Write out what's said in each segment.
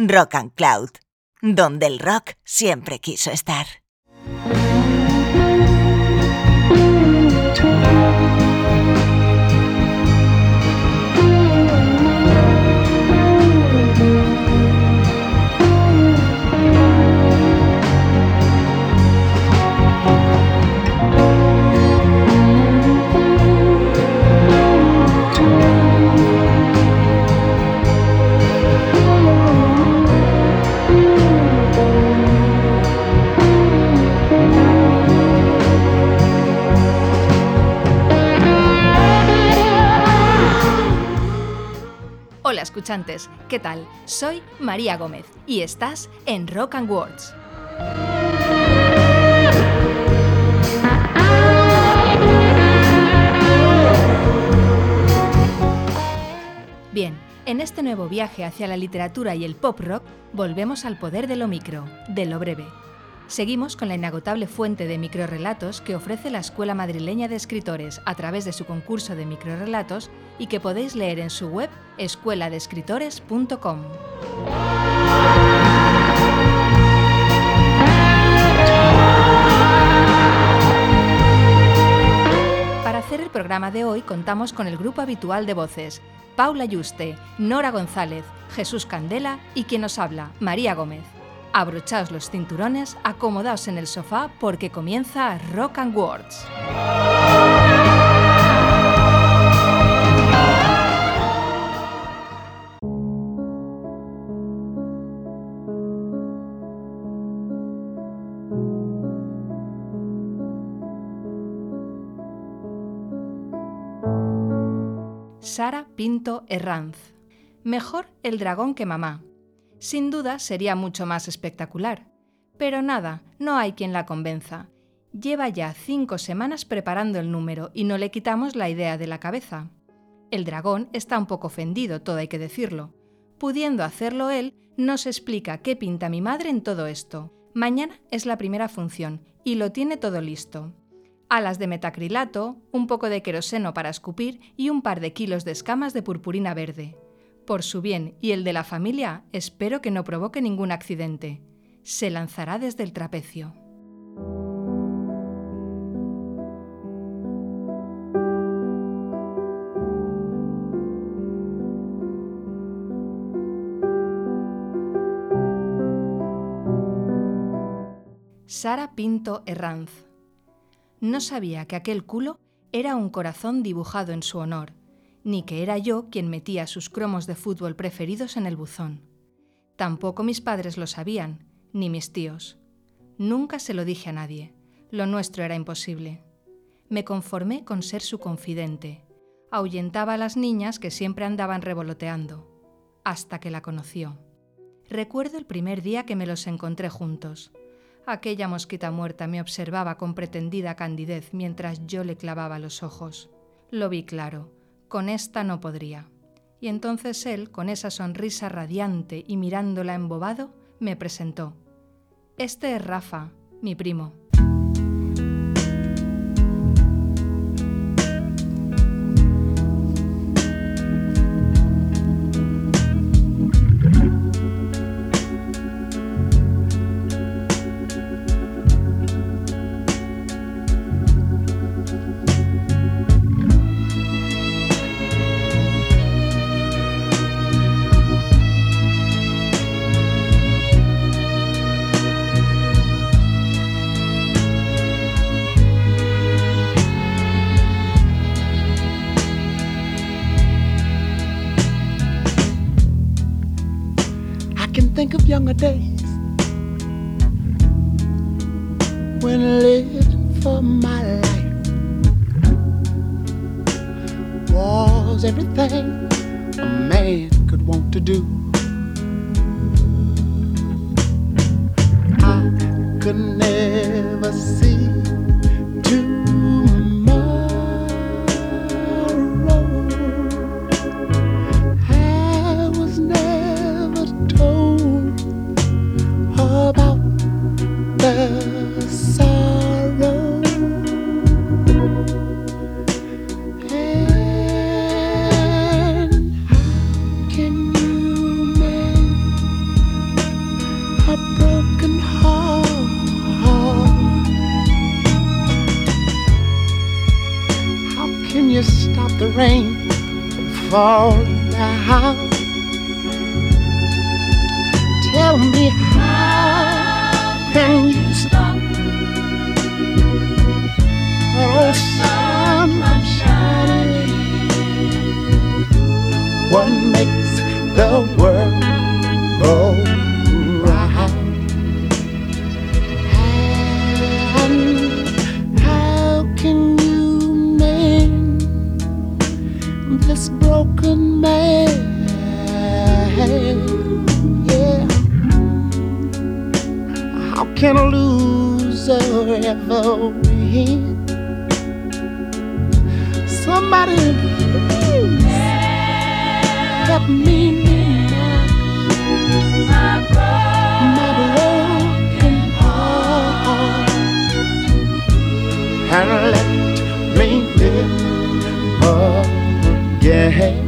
Rock and Cloud, donde el rock siempre quiso estar. Hola escuchantes, ¿qué tal? Soy María Gómez y estás en Rock and Words. Bien, en este nuevo viaje hacia la literatura y el pop rock, volvemos al poder de lo micro, de lo breve. Seguimos con la inagotable fuente de microrrelatos que ofrece la Escuela Madrileña de Escritores a través de su concurso de microrrelatos y que podéis leer en su web escueladescritores.com. Para hacer el programa de hoy contamos con el grupo habitual de voces: Paula Yuste, Nora González, Jesús Candela y quien os habla, María Gómez. Abrochaos los cinturones, acomodaos en el sofá porque comienza Rock and Words. Sara Pinto Herranz. Mejor el dragón que mamá. Sin duda sería mucho más espectacular. Pero nada, no hay quien la convenza. Lleva ya 5 semanas preparando el número y no le quitamos la idea de la cabeza. El dragón está un poco ofendido, todo hay que decirlo. Pudiendo hacerlo él, nos explica qué pinta mi madre en todo esto. Mañana es la primera función y lo tiene todo listo. Alas de metacrilato, un poco de queroseno para escupir y un par de kilos de escamas de purpurina verde. Por su bien y el de la familia, espero que no provoque ningún accidente. Se lanzará desde el trapecio. Sara Pinto Herranz. No sabía que aquel culo era un corazón dibujado en su honor, ni que era yo quien metía sus cromos de fútbol preferidos en el buzón. Tampoco mis padres lo sabían, ni mis tíos. Nunca se lo dije a nadie. Lo nuestro era imposible. Me conformé con ser su confidente. Ahuyentaba a las niñas que siempre andaban revoloteando. Hasta que la conoció. Recuerdo el primer día que me los encontré juntos. Aquella mosquita muerta me observaba con pretendida candidez mientras yo le clavaba los ojos. Lo vi claro. Con esta no podría. Y entonces él, con esa sonrisa radiante y mirándola embobado, me presentó. Este es Rafa, mi primo. Think of younger days when I lived for my life was everything a man could want to do. I could never see tomorrow. I was never told about the sorrow. And how can you make rain from falling down. Tell me, how can you stop the sun from shining? What makes the world go round? And how can you mend this broken man? Yeah. How can a loser ever win? Somebody please help me mend my broken heart and let me live again.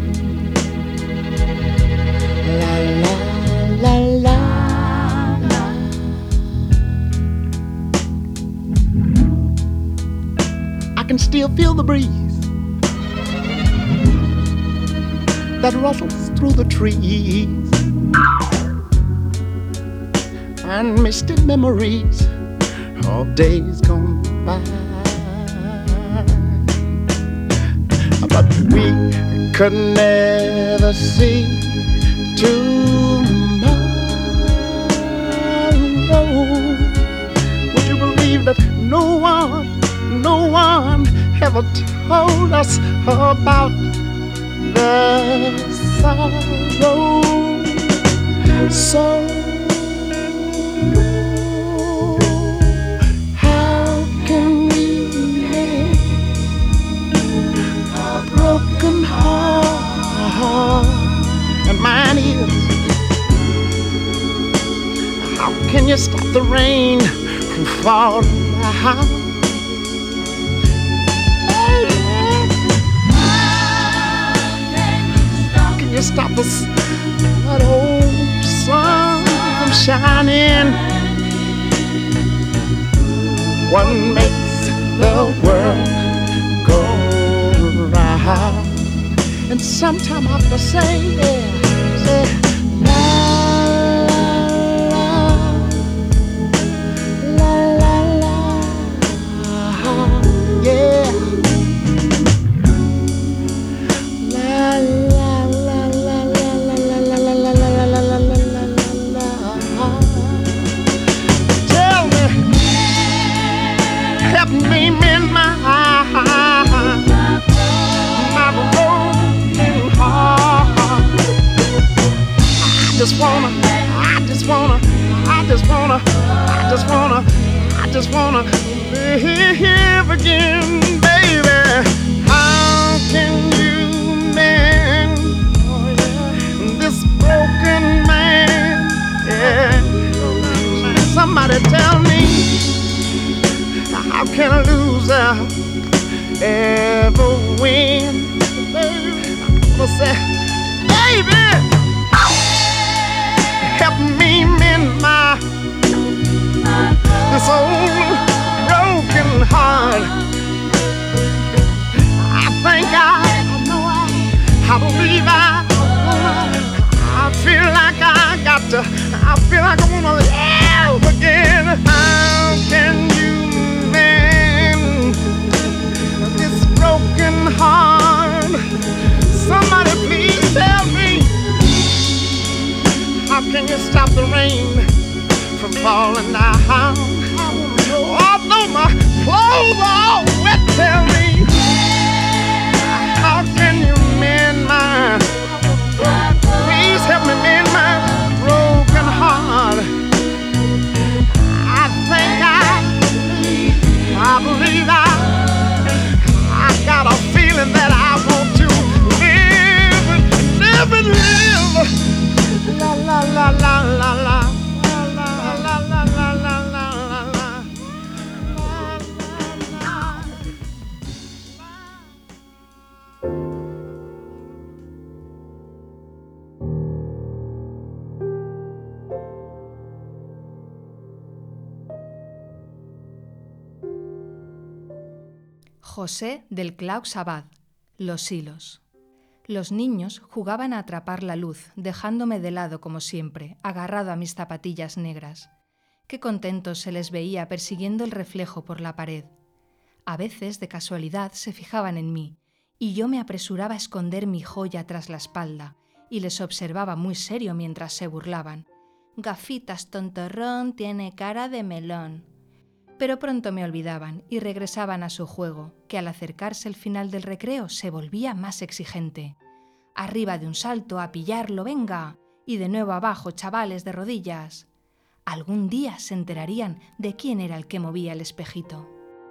La la la la. I can still feel the breeze that rustles through the trees and misty memories of days gone by. But we could never see tomorrow. Would you believe that no one ever told us about the sorrow? So how can we mend a broken heart? And mine is, how can you stop the rain from falling down? You stop that old sun from shining. What makes the world go round? And sometime I have to say, la la la la la, yeah. Me mend my broken heart. I just wanna live again, baby. How can you mend this broken man? Yeah. Somebody tell me, how can a loser ever win? I'm gonna say, baby, help me mend this old broken heart. I believe I feel like I wanna live again. How can you mend this broken heart? Somebody please tell me, how can you stop the rain from falling down? Although my clothes are all wet, tell me, how can you mend my, please help me mend my broken heart. I believe I got a feeling that I want to live and live. La la la la la la. José del Clau Sabad, Los hilos. Los niños jugaban a atrapar la luz, dejándome de lado como siempre, agarrado a mis zapatillas negras. Qué contentos se les veía persiguiendo el reflejo por la pared. A veces, de casualidad, se fijaban en mí, y yo me apresuraba a esconder mi joya tras la espalda, y les observaba muy serio mientras se burlaban. «Gafitas, tontorrón, tiene cara de melón». Pero pronto me olvidaban y regresaban a su juego, que al acercarse el final del recreo se volvía más exigente. «Arriba de un salto, a pillarlo, venga, y de nuevo abajo, chavales de rodillas». Algún día se enterarían de quién era el que movía el espejito.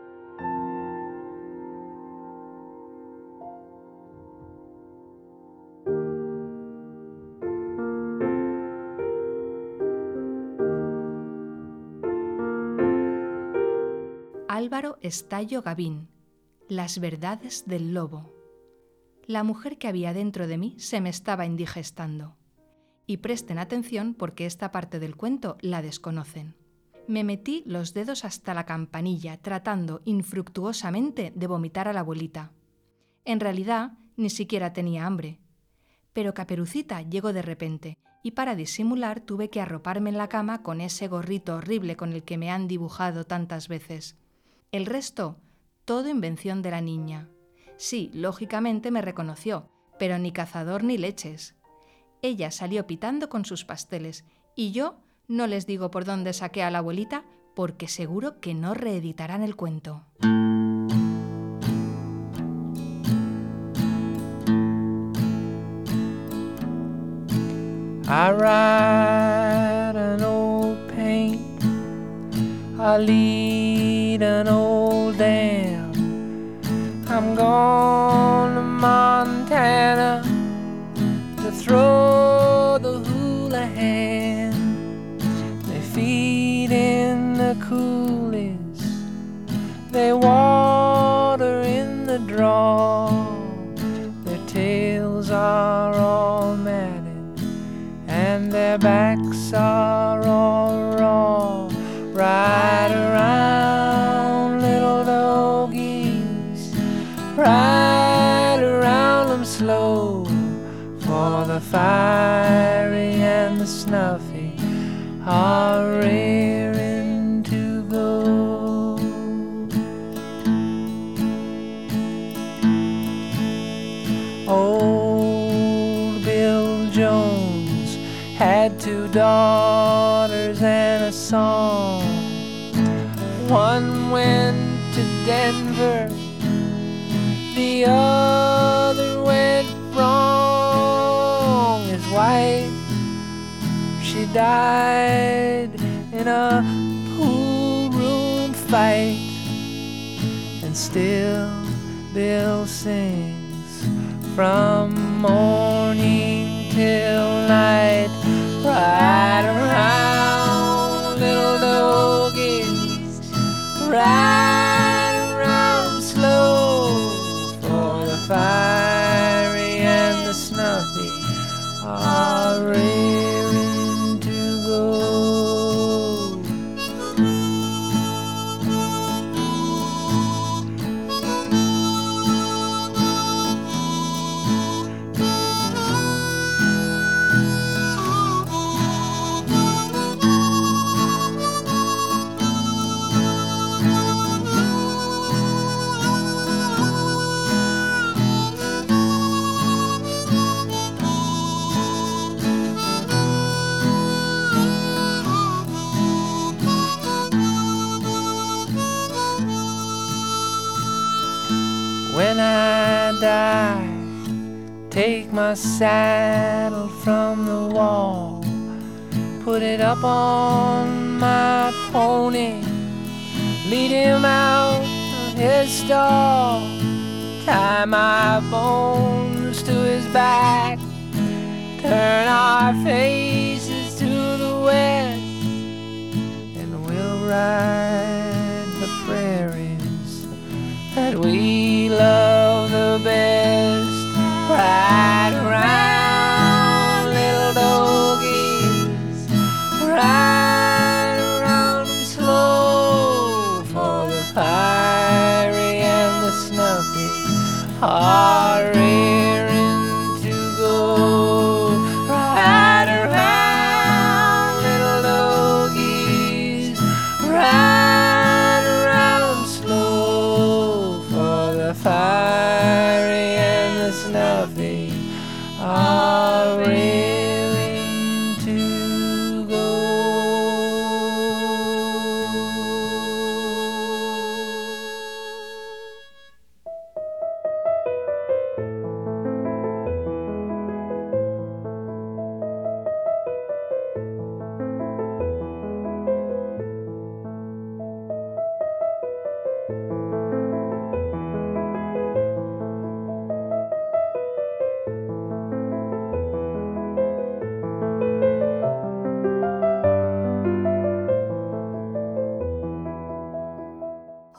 Álvaro Estallo Gavín. Las verdades del lobo. La mujer que había dentro de mí se me estaba indigestando. Y presten atención porque esta parte del cuento la desconocen. Me metí los dedos hasta la campanilla tratando infructuosamente de vomitar a la abuelita. En realidad ni siquiera tenía hambre. Pero Caperucita llegó de repente y para disimular tuve que arroparme en la cama con ese gorrito horrible con el que me han dibujado tantas veces. El resto, todo invención de la niña. Sí, lógicamente me reconoció, pero ni cazador ni leches. Ella salió pitando con sus pasteles y yo no les digo por dónde saqué a la abuelita porque seguro que no reeditarán el cuento. I ride an old paint, I lead an old dam. I'm gone to Montana to throw the hula-hand. They feed in the coolies, they water in the draw. Their tails are all matted and their backs are all raw. Ride around, little doggies, ride around them slow, for the fiery and the snuffy are raring to go. Old Bill Jones had 2 daughters and a son. One went to Denver, the other went wrong. His wife, she died in a pool room fight, and still Bill sings from morning till night. Ride around, little doggies, ride around slow, for the fiery and the snuffy are raring to go. When I die, take my saddle from the wall, put it up on my pony, lead him out of his stall, tie my bones to his back, turn our faces to the west, and we'll ride the prairies that we love the best. Ride around, little doggies, ride around them slow, for the fiery and the snuffy are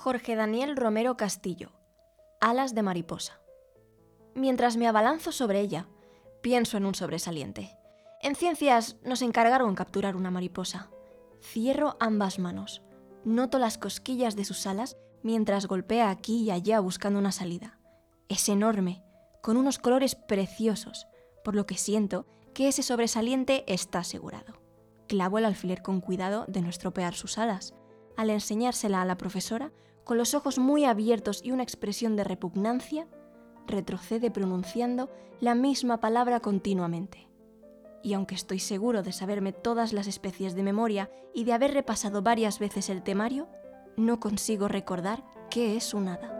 Jorge Daniel Romero Castillo, Alas de mariposa. Mientras me abalanzo sobre ella, pienso en un sobresaliente. En ciencias nos encargaron capturar una mariposa. Cierro ambas manos, noto las cosquillas de sus alas mientras golpea aquí y allá buscando una salida. Es enorme, con unos colores preciosos, por lo que siento que ese sobresaliente está asegurado. Clavo el alfiler con cuidado de no estropear sus alas. Al enseñársela a la profesora, con los ojos muy abiertos y una expresión de repugnancia, retrocede pronunciando la misma palabra continuamente. Y aunque estoy seguro de saberme todas las especies de memoria y de haber repasado varias veces el temario, no consigo recordar qué es un hada.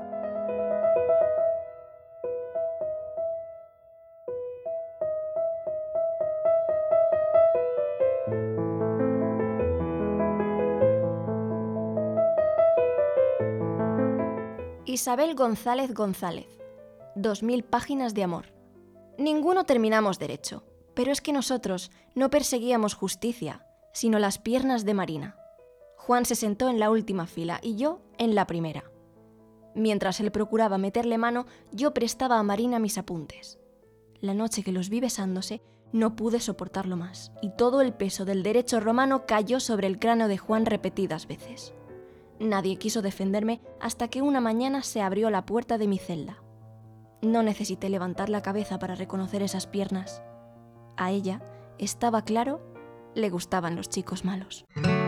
Isabel González González, 2000 páginas de amor. Ninguno terminamos derecho, pero es que nosotros no perseguíamos justicia, sino las piernas de Marina. Juan se sentó en la última fila y yo en la primera. Mientras él procuraba meterle mano, yo prestaba a Marina mis apuntes. La noche que los vi besándose, no pude soportarlo más, y todo el peso del derecho romano cayó sobre el cráneo de Juan repetidas veces. Nadie quiso defenderme hasta que una mañana se abrió la puerta de mi celda. No necesité levantar la cabeza para reconocer esas piernas. A ella, estaba claro, le gustaban los chicos malos.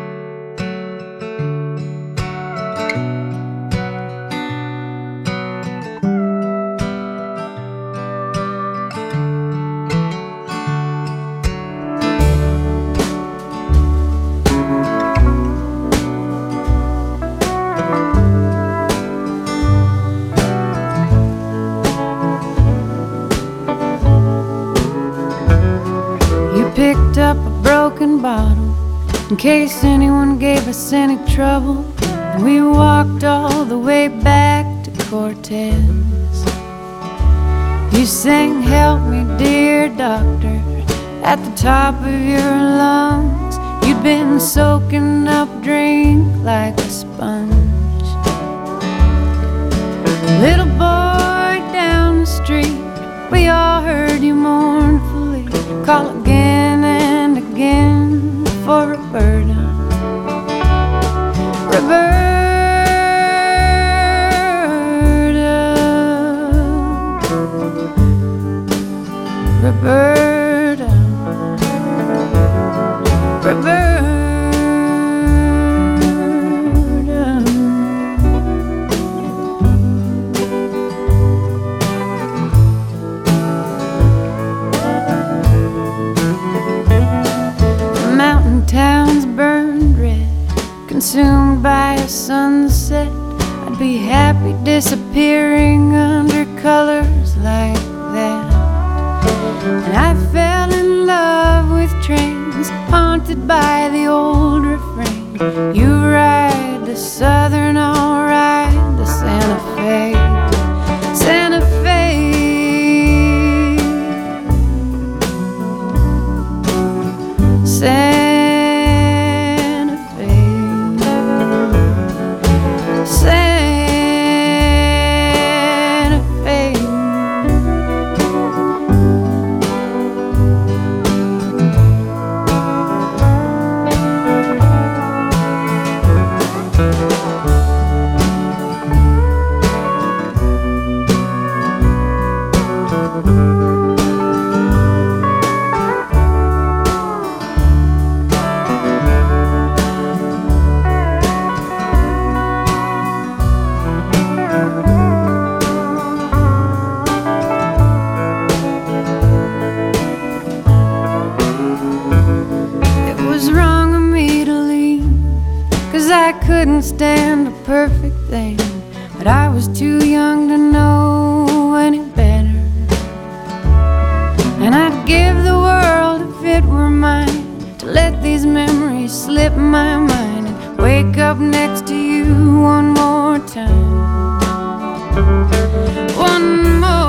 Picked up a broken bottle in case anyone gave us any trouble, and we walked all the way back to Cortez. You sang "Help Me Dear Doctor" at the top of your lungs. You'd been soaking up drink like a sponge. Little boy down the street, we all heard you mournfully call again and again for Roberta. Roberta, Roberta, Roberta. Towns burned red, consumed by a sunset. I'd be happy disappearing under colors like that. And I fell in love with trains, haunted by the old refrain. You ride the Southern, I'll ride the Santa Fe. Santa Fe. Santa couldn't stand a perfect thing, but I was too young to know any better. And I'd give the world if it were mine to let these memories slip my mind and wake up next to you one more time. One more.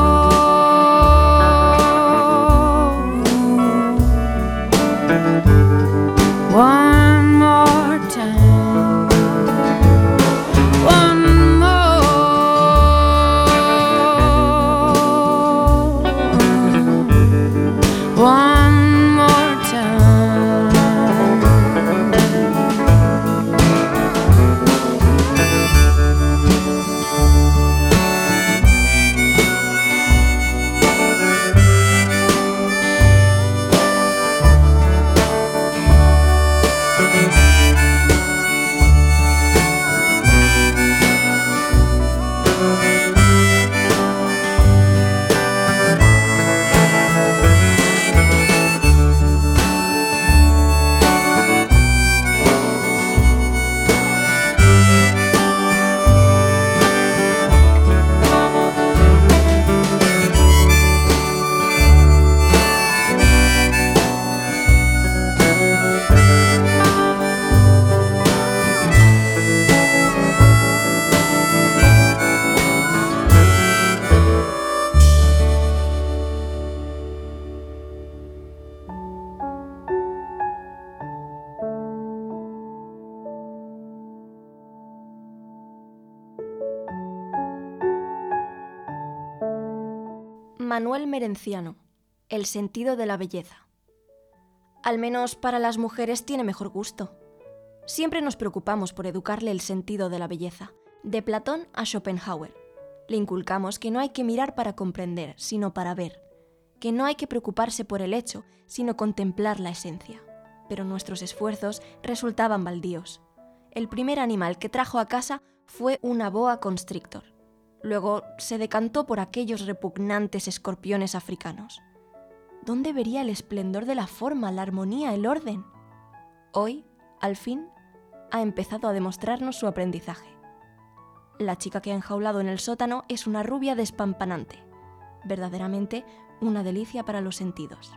One more time. One Manuel Merenciano, El sentido de la belleza. Al menos para las mujeres tiene mejor gusto. Siempre nos preocupamos por educarle el sentido de la belleza, de Platón a Schopenhauer. Le inculcamos que no hay que mirar para comprender, sino para ver, que no hay que preocuparse por el hecho, sino contemplar la esencia. Pero nuestros esfuerzos resultaban baldíos. El primer animal que trajo a casa fue una boa constrictor. Luego se decantó por aquellos repugnantes escorpiones africanos. ¿Dónde vería el esplendor de la forma, la armonía, el orden? Hoy, al fin, ha empezado a demostrarnos su aprendizaje. La chica que ha enjaulado en el sótano es una rubia despampanante, verdaderamente una delicia para los sentidos.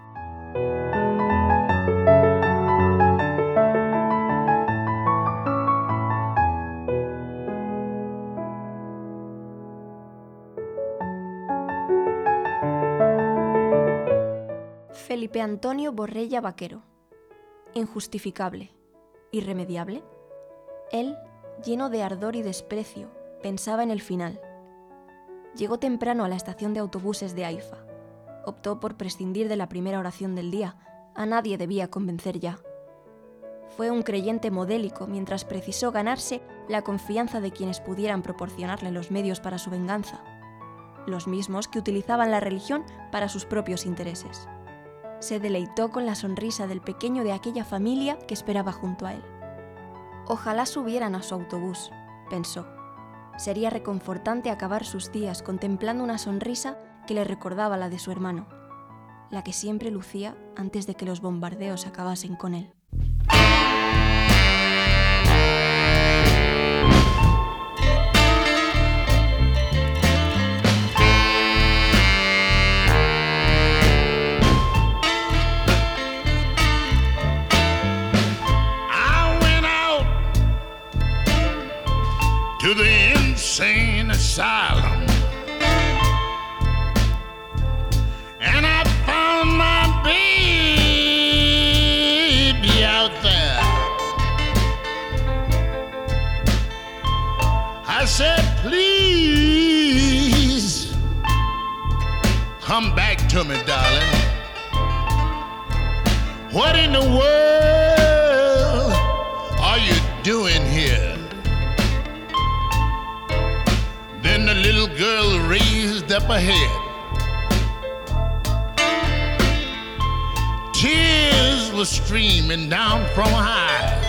Felipe Antonio Borrella Vaquero. Injustificable. Irremediable. Él, lleno de ardor y desprecio, pensaba en el final. Llegó temprano a la estación de autobuses de Haifa. Optó por prescindir de la primera oración del día. A nadie debía convencer ya. Fue un creyente modélico mientras precisó ganarse la confianza de quienes pudieran proporcionarle los medios para su venganza. Los mismos que utilizaban la religión para sus propios intereses. Se deleitó con la sonrisa del pequeño de aquella familia que esperaba junto a él. Ojalá subieran a su autobús, pensó. Sería reconfortante acabar sus días contemplando una sonrisa que le recordaba la de su hermano, la que siempre lucía antes de que los bombardeos acabasen con él. To the insane asylum, and I found my baby out there. I said, please come back to me, darling. What in the world are you doing here? Then the little girl raised up her head. Tears were streaming down from her eyes.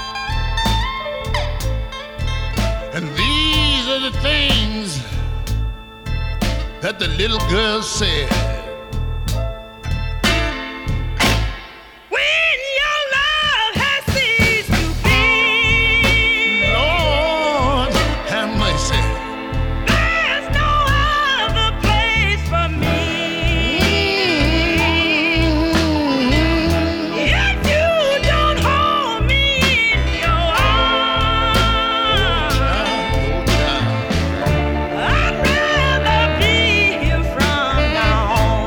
And these are the things that the little girl said. I'd rather be here from now on.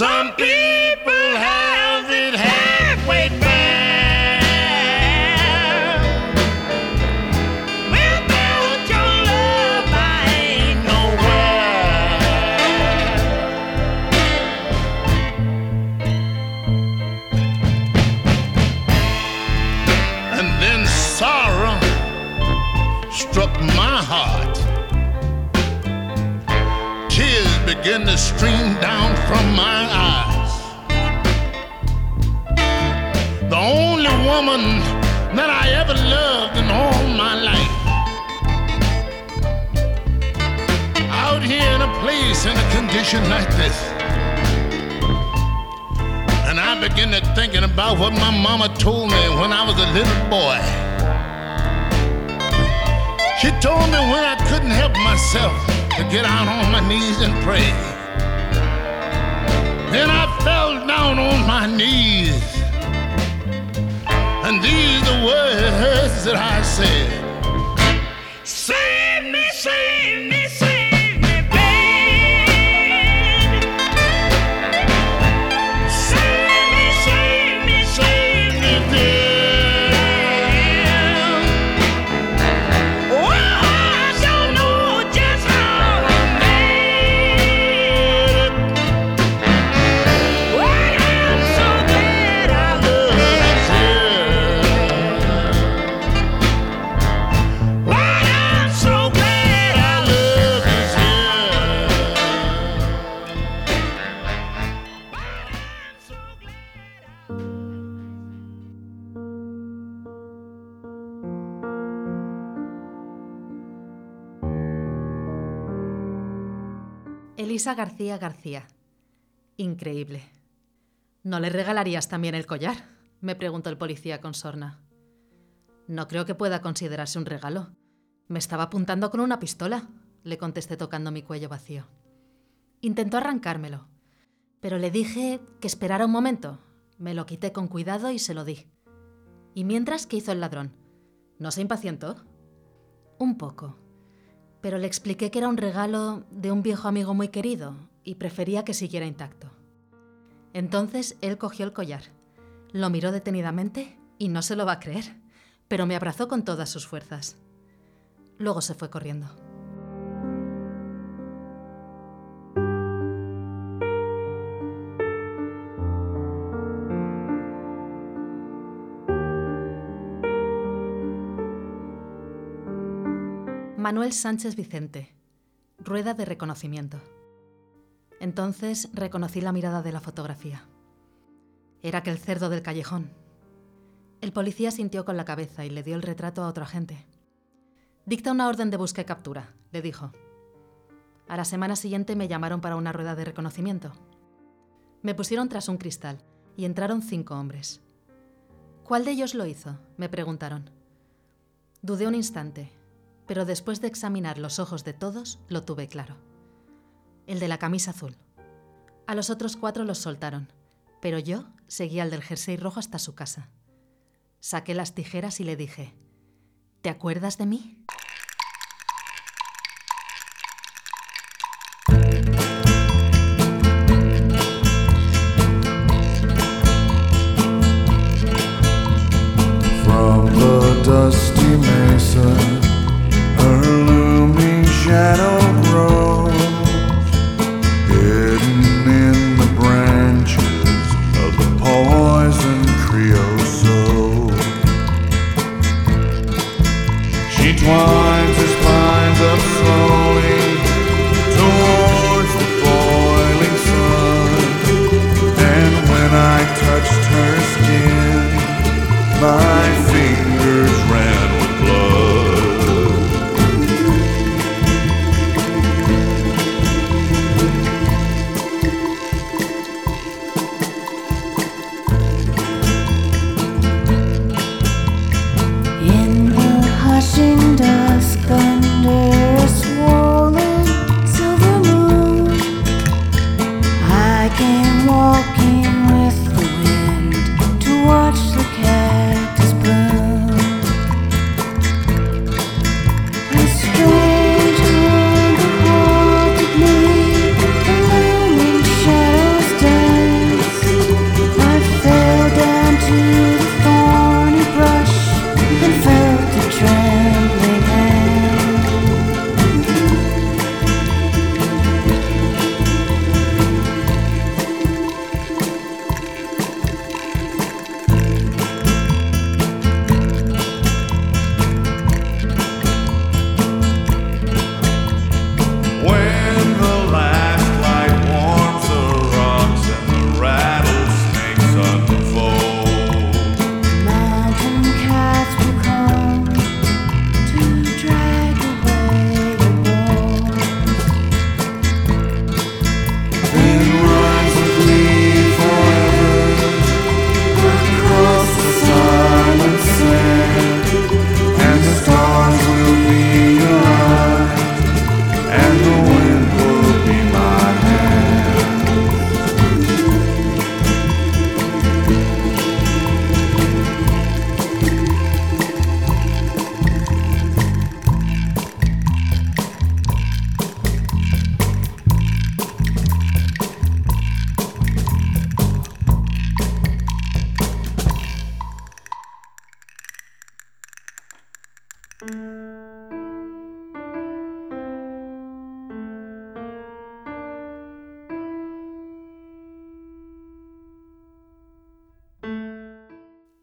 Some people have it halfway bad. Without your love, I ain't nowhere. And then sorrow struck my heart. Tears began to stream down from my eyes. The only woman that I ever loved in all my life, out here in a place in a condition like this. And I began to thinking about what my mama told me when I was a little boy. She told me when I couldn't help myself to get out on my knees and pray. Then I fell down on my knees, and these are the words that I said. Save me, save me, save me, babe. Save me, save me, save me, dear. Oh, I don't know just how I made it. But I'm so glad I love this here. But I'm so glad I love this here. But I'm so glad. Elisa García García. Increíble. ¿No le regalarías también el collar?, me preguntó el policía con sorna. No creo que pueda considerarse un regalo. Me estaba apuntando con una pistola, le contesté tocando mi cuello vacío. Intentó arrancármelo, pero le dije que esperara un momento. Me lo quité con cuidado y se lo di. ¿Y mientras qué hizo el ladrón? ¿No se impacientó? Un poco, pero le expliqué que era un regalo de un viejo amigo muy querido y prefería que siguiera intacto. Entonces él cogió el collar, lo miró detenidamente y no se lo va a creer, pero me abrazó con todas sus fuerzas. Luego se fue corriendo. Manuel Sánchez Vicente. Rueda de reconocimiento. Entonces reconocí la mirada de la fotografía. Era aquel cerdo del callejón. El policía sintió con la cabeza y le dio el retrato a otro agente. «Dicta una orden de busca y captura», le dijo. A la semana siguiente me llamaron para una rueda de reconocimiento. Me pusieron tras un cristal y entraron 5 hombres. «¿Cuál de ellos lo hizo?», me preguntaron. Dudé un instante, pero después de examinar los ojos de todos, lo tuve claro. El de la camisa azul. A los otros 4 los soltaron, pero yo seguí al del jersey rojo hasta su casa. Saqué las tijeras y le dije: «¿Te acuerdas de mí?». From the dusty mesa, her looming shadow grows, hidden in the branches of the poison creosote. She twines her spines up slowly towards the boiling sun, and when I touched her skin, my fingers ran with blood. In the hushing dusk under a swollen silver moon, I came walking with the wind to watch the cactus bloom. A strange hunger haunted me, the looming shadows danced.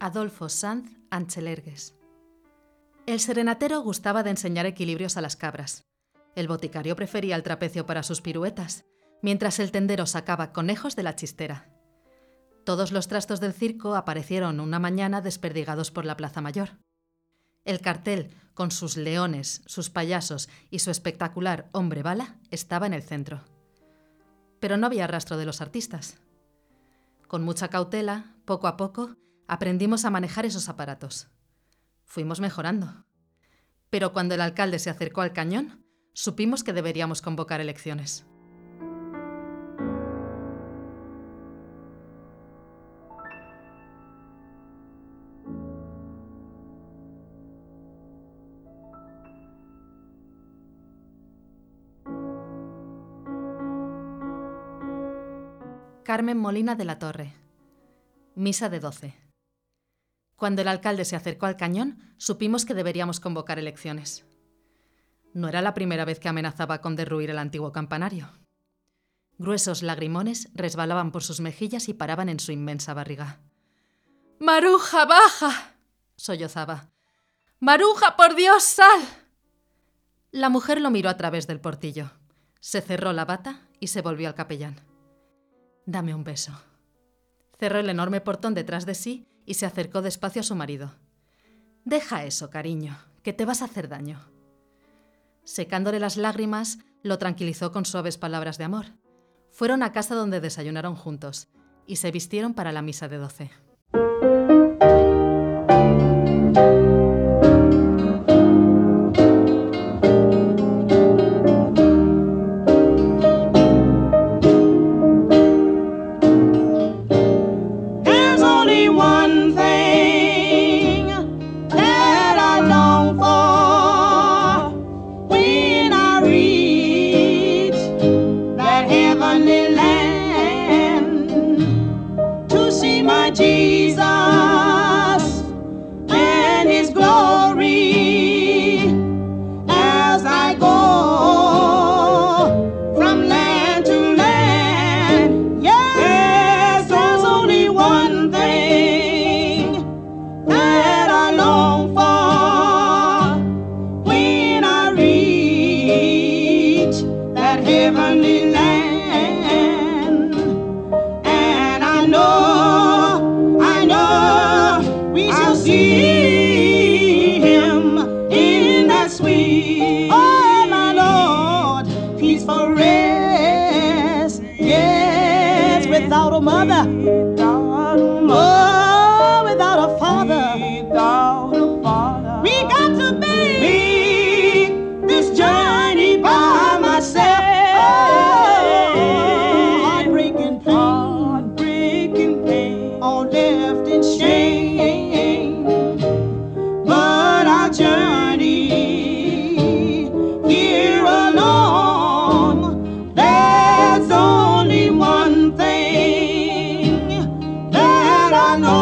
Adolfo Sanz Anchelergues. El serenatero gustaba de enseñar equilibrios a las cabras. El boticario prefería el trapecio para sus piruetas, mientras el tendero sacaba conejos de la chistera. Todos los trastos del circo aparecieron una mañana desperdigados por la Plaza Mayor. El cartel, con sus leones, sus payasos y su espectacular hombre bala, estaba en el centro. Pero no había rastro de los artistas. Con mucha cautela, poco a poco, aprendimos a manejar esos aparatos. Fuimos mejorando. Pero cuando el alcalde se acercó al cañón, supimos que deberíamos convocar elecciones. Carmen Molina de la Torre. Misa de 12. Cuando el alcalde se acercó al cañón, supimos que deberíamos convocar elecciones. No era la primera vez que amenazaba con derruir el antiguo campanario. Gruesos lagrimones resbalaban por sus mejillas y paraban en su inmensa barriga. «¡Maruja, baja!», sollozaba. «¡Maruja, por Dios, sal!». La mujer lo miró a través del portillo. Se cerró la bata y se volvió al capellán. «Dame un beso». Cerró el enorme portón detrás de sí y se acercó despacio a su marido. «Deja eso, cariño, que te vas a hacer daño». Secándole las lágrimas, lo tranquilizó con suaves palabras de amor. Fueron a casa donde desayunaron juntos y se vistieron para la misa de 12. Without a mother, oh, without a father, we got to make this journey by myself. Heartbreaking pain, all left in shame. But our journey here alone, there's only one thing that I know.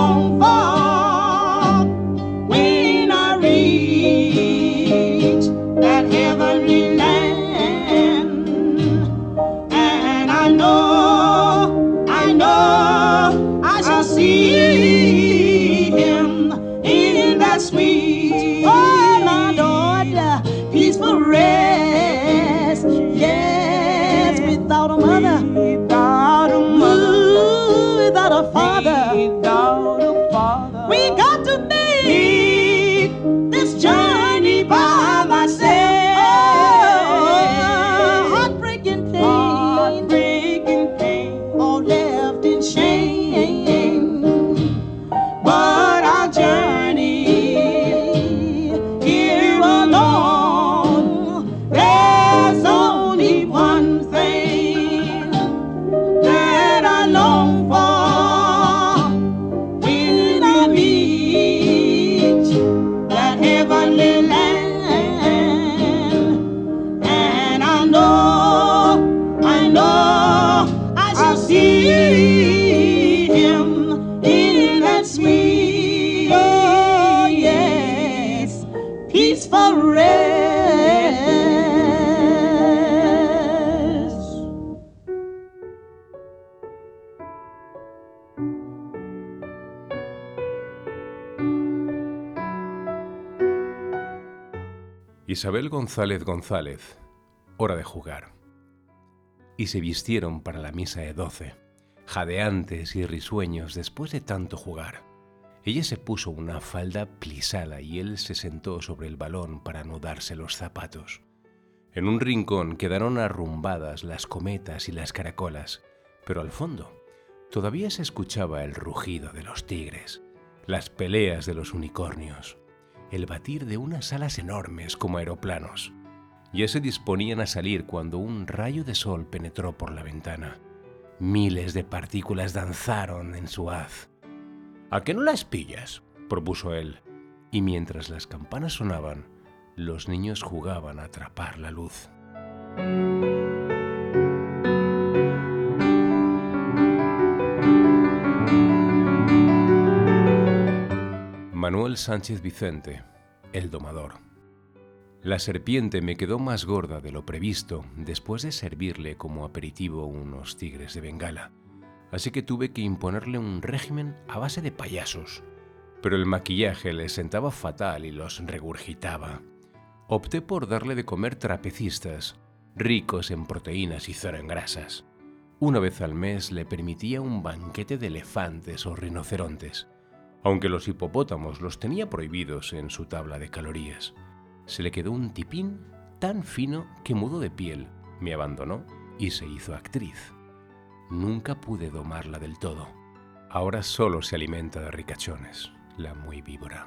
Isabel González González, hora de jugar. Y se vistieron para la misa de 12, jadeantes y risueños después de tanto jugar. Ella se puso una falda plisada y él se sentó sobre el balón para anudarse los zapatos. En un rincón quedaron arrumbadas las cometas y las caracolas, pero al fondo todavía se escuchaba el rugido de los tigres, las peleas de los unicornios, el batir de unas alas enormes como aeroplanos. Ya se disponían a salir cuando un rayo de sol penetró por la ventana. Miles de partículas danzaron en su haz. «¿A qué no las pillas?», propuso él, y mientras las campanas sonaban, los niños jugaban a atrapar la luz. Manuel Sánchez Vicente, el domador. La serpiente me quedó más gorda de lo previsto después de servirle como aperitivo unos tigres de Bengala, así que tuve que imponerle un régimen a base de payasos. Pero el maquillaje le sentaba fatal y los regurgitaba. Opté por darle de comer trapecistas, ricos en proteínas y cero en grasas. Una vez al mes le permitía un banquete de elefantes o rinocerontes, aunque los hipopótamos los tenía prohibidos en su tabla de calorías. Se le quedó un tipín tan fino que mudó de piel, me abandonó y se hizo actriz. Nunca pude domarla del todo. Ahora solo se alimenta de ricachones, la muy víbora.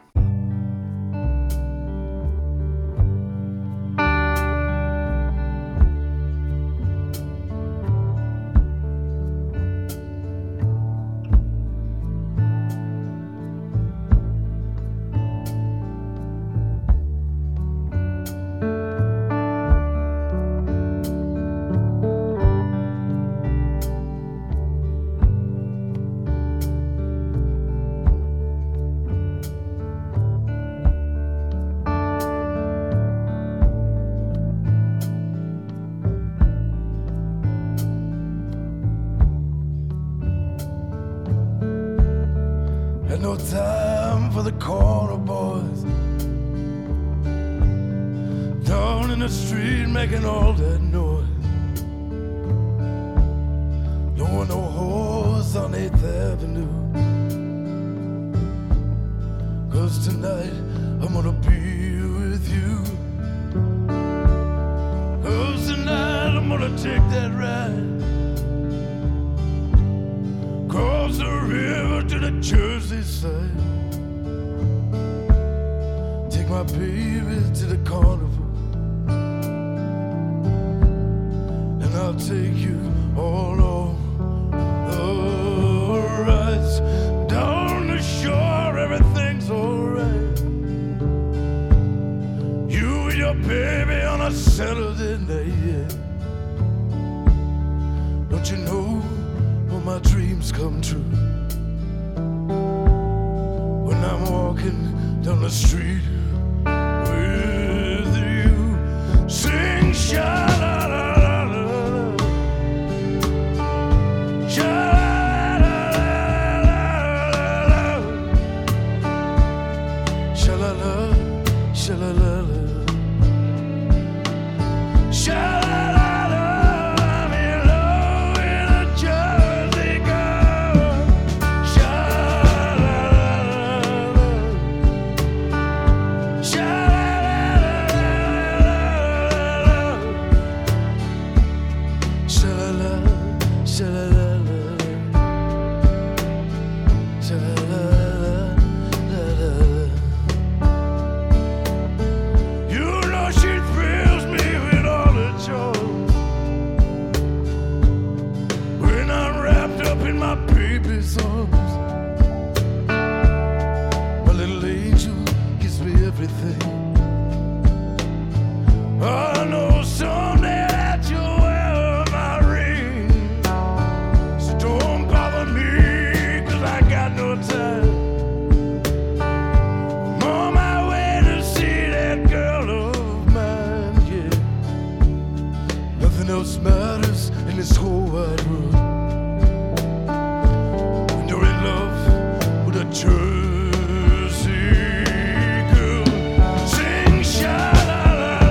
No time for the corner boys down in the street making all that noise. Don't want no horse on 8th Avenue, 'cause tonight I'm gonna be with you. 'Cause tonight I'm gonna take that ride across the river to the Jersey side. Take my baby to the carnival, and I'll take you all on the rides. Down the shore, everything's alright. You and your baby on a Saturday night, yeah. Don't you know my dreams come true when I'm walking down the street with you? Sing sha-la-la-la-la, sha-la-la-la-la, sha-la-la, sha-la-la-la, sha-la-la. Jersey girl, sing sha-la-la.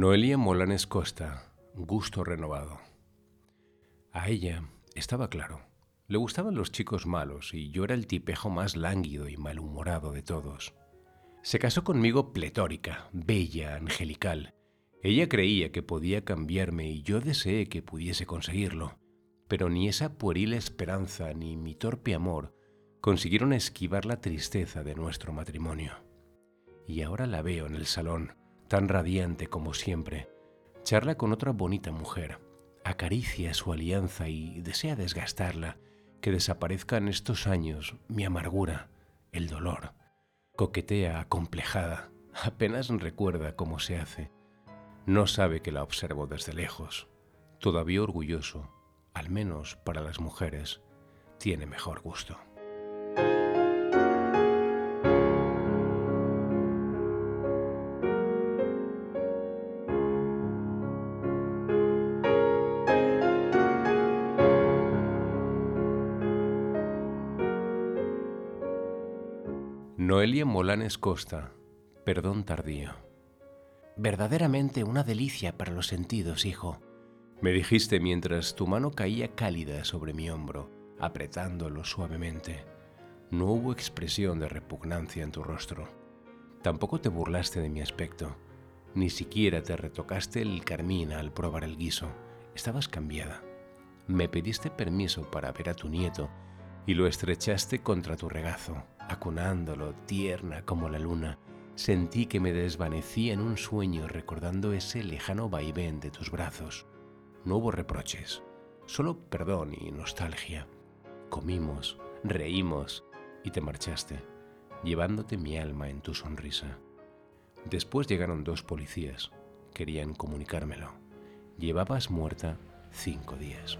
Noelia Molanes Costa, gusto renovado. A ella estaba claro. Le gustaban los chicos malos y yo era el tipejo más lánguido y malhumorado de todos. Se casó conmigo pletórica, bella, angelical. Ella creía que podía cambiarme y yo deseé que pudiese conseguirlo. Pero ni esa pueril esperanza ni mi torpe amor consiguieron esquivar la tristeza de nuestro matrimonio. Y ahora la veo en el salón, tan radiante como siempre. Charla con otra bonita mujer, acaricia su alianza y desea desgastarla, que desaparezca en estos años mi amargura, el dolor. Coquetea acomplejada, apenas recuerda cómo se hace. No sabe que la observo desde lejos. Todavía orgulloso, al menos para las mujeres, tiene mejor gusto. Noelia Molanes Costa, perdón tardío. Verdaderamente una delicia para los sentidos, hijo, me dijiste mientras tu mano caía cálida sobre mi hombro, apretándolo suavemente. No hubo expresión de repugnancia en tu rostro. Tampoco te burlaste de mi aspecto. Ni siquiera te retocaste el carmín al probar el guiso. Estabas cambiada. Me pediste permiso para ver a tu nieto y lo estrechaste contra tu regazo, acunándolo, tierna como la luna. Sentí que me desvanecía en un sueño recordando ese lejano vaivén de tus brazos. No hubo reproches, solo perdón y nostalgia. Comimos, reímos y te marchaste, llevándote mi alma en tu sonrisa. Después llegaron 2 policías. Querían comunicármelo. Llevabas muerta 5 días.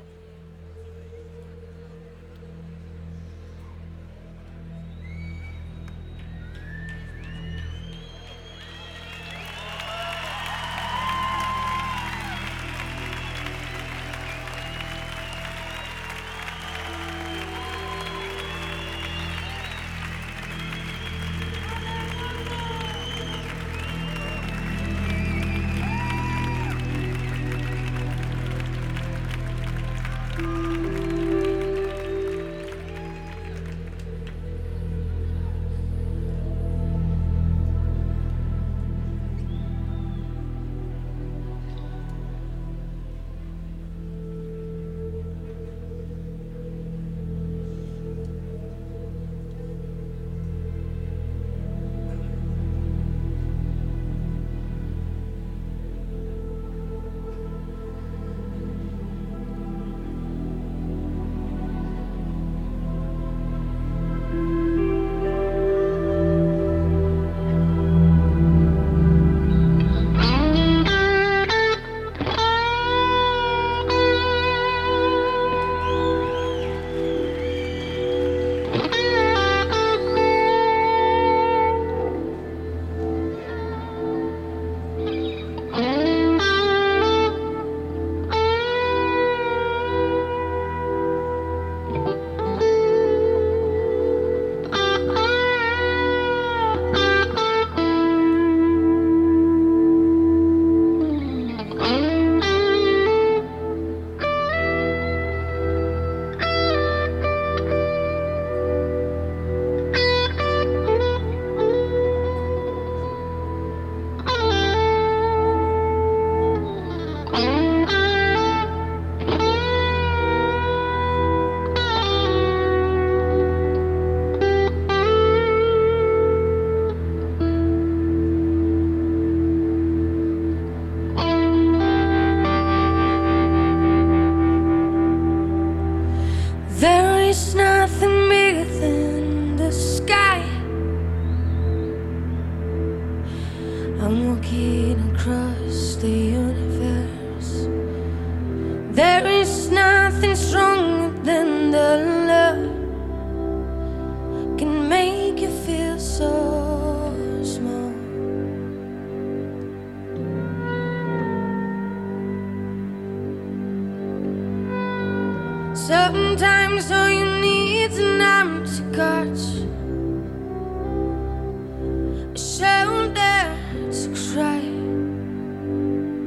Sometimes all you need is an empty couch, a shoulder to cry.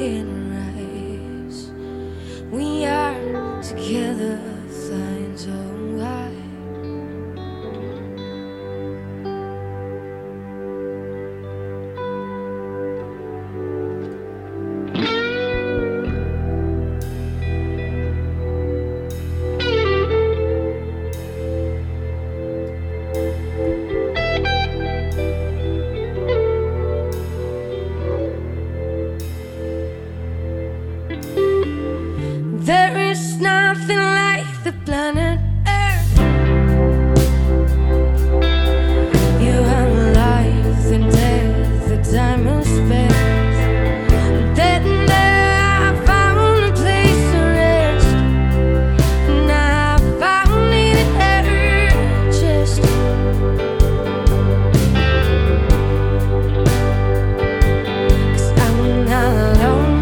can rise. We are together, flying so high. There is nothing like the planet Earth. You have life and death, the time and space. Then there I found a place to rest, and I found it in her chest. 'Cause I'm not alone.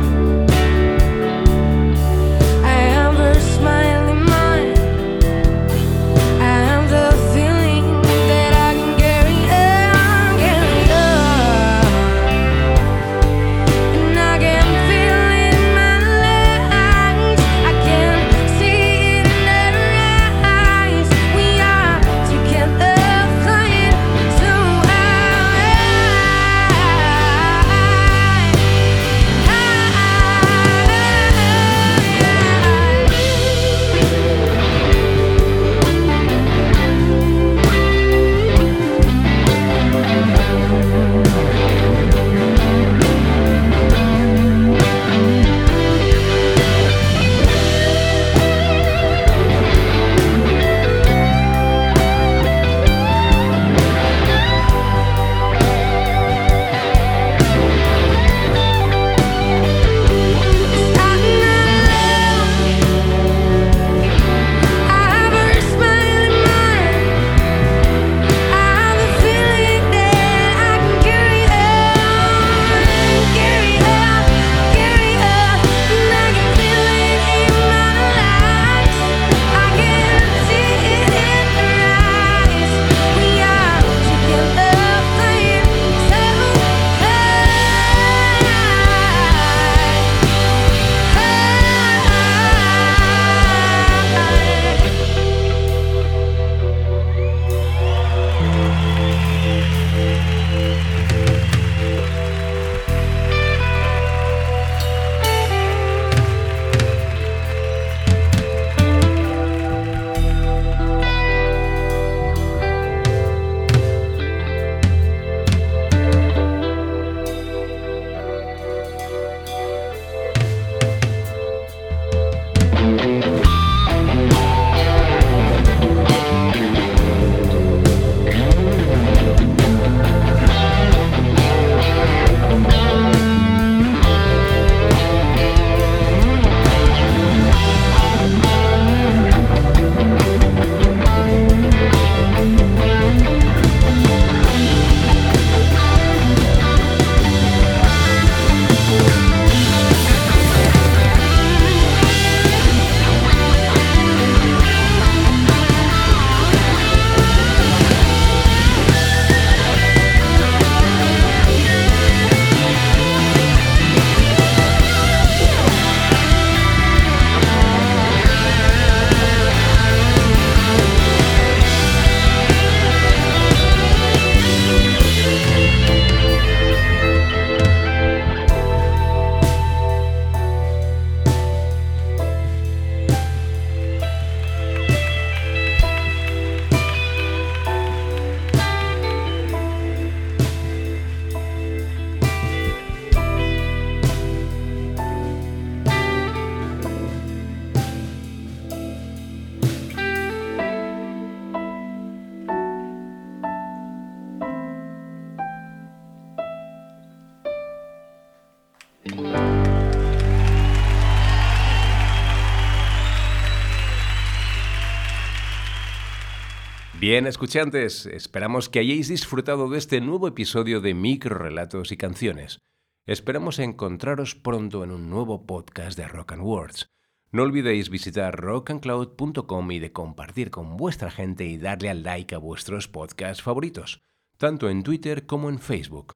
Bien, escuchantes, esperamos que hayáis disfrutado de este nuevo episodio de Microrrelatos y Canciones. Esperamos encontraros pronto en un nuevo podcast de Rock and Words. No olvidéis visitar rockandcloud.com y de compartir con vuestra gente y darle al like a vuestros podcasts favoritos, tanto en Twitter como en Facebook.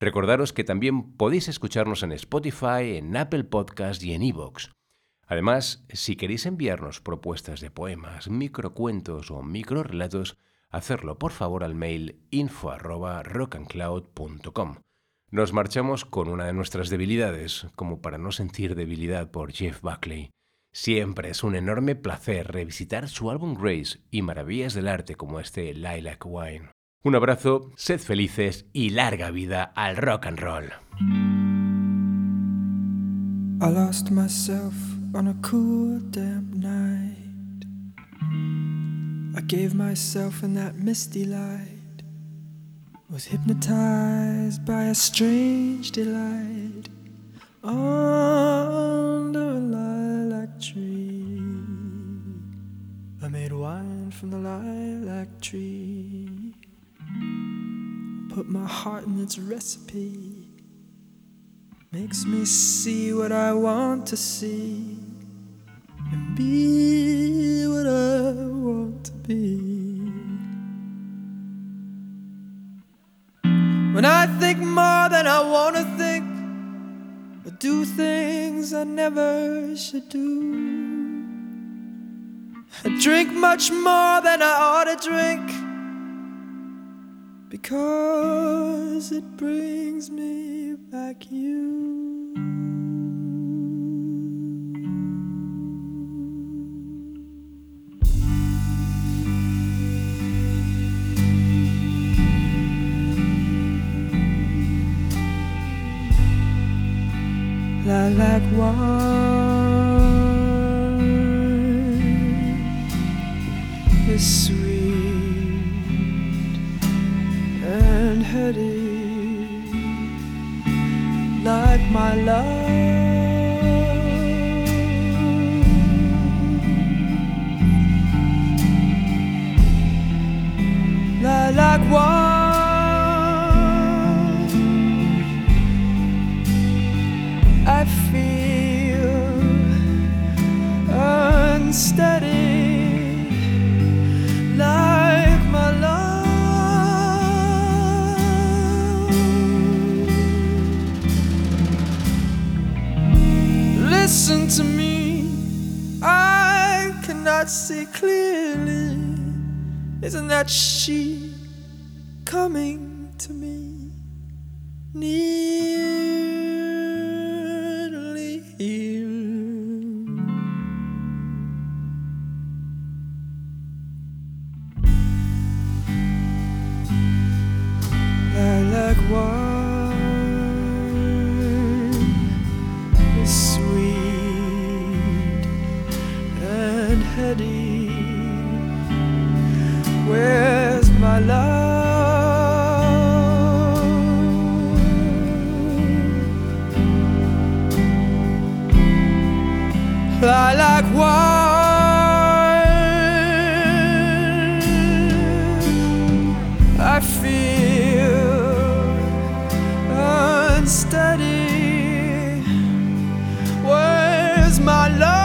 Recordaros que también podéis escucharnos en Spotify, en Apple Podcast y en iVoox. Además, si queréis enviarnos propuestas de poemas, microcuentos o microrelatos, hacerlo por favor al mail info@rockandcloud.com. Nos marchamos con una de nuestras debilidades, como para no sentir debilidad por Jeff Buckley. Siempre es un enorme placer revisitar su álbum Grace y maravillas del arte como este Lilac Wine. Un abrazo, sed felices y larga vida al rock and roll. I lost myself on a cool damp night. I gave myself in that misty light. Was hypnotized by a strange delight under a lilac tree. I made wine from the lilac tree. Put my heart in its recipe. Makes me see what I want to see and be what I want to be. When I think more than I want to think, I do things I never should do. I drink much more than I ought to drink, because it brings me back you. Lilac wine is sweet and heady, like my love. Lilac wine I feel unsteady, like my love. Listen to me, I cannot see clearly. Isn't that she coming to me? Nearly here. Lilac wine is sweet and heady. Where's my love? Lilac wine I feel unsteady. Where's my love?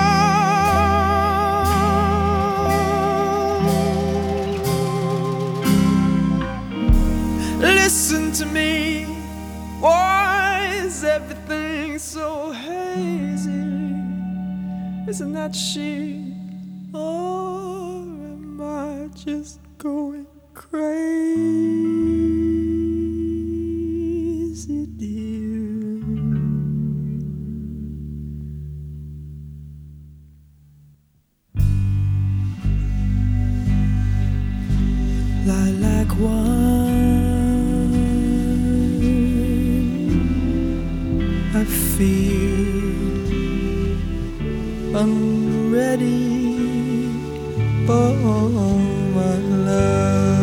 Listen to me, why is everything so hazy? Isn't that she? Or am I just going crazy, dear? Lilac wine I feel I'm ready for my love.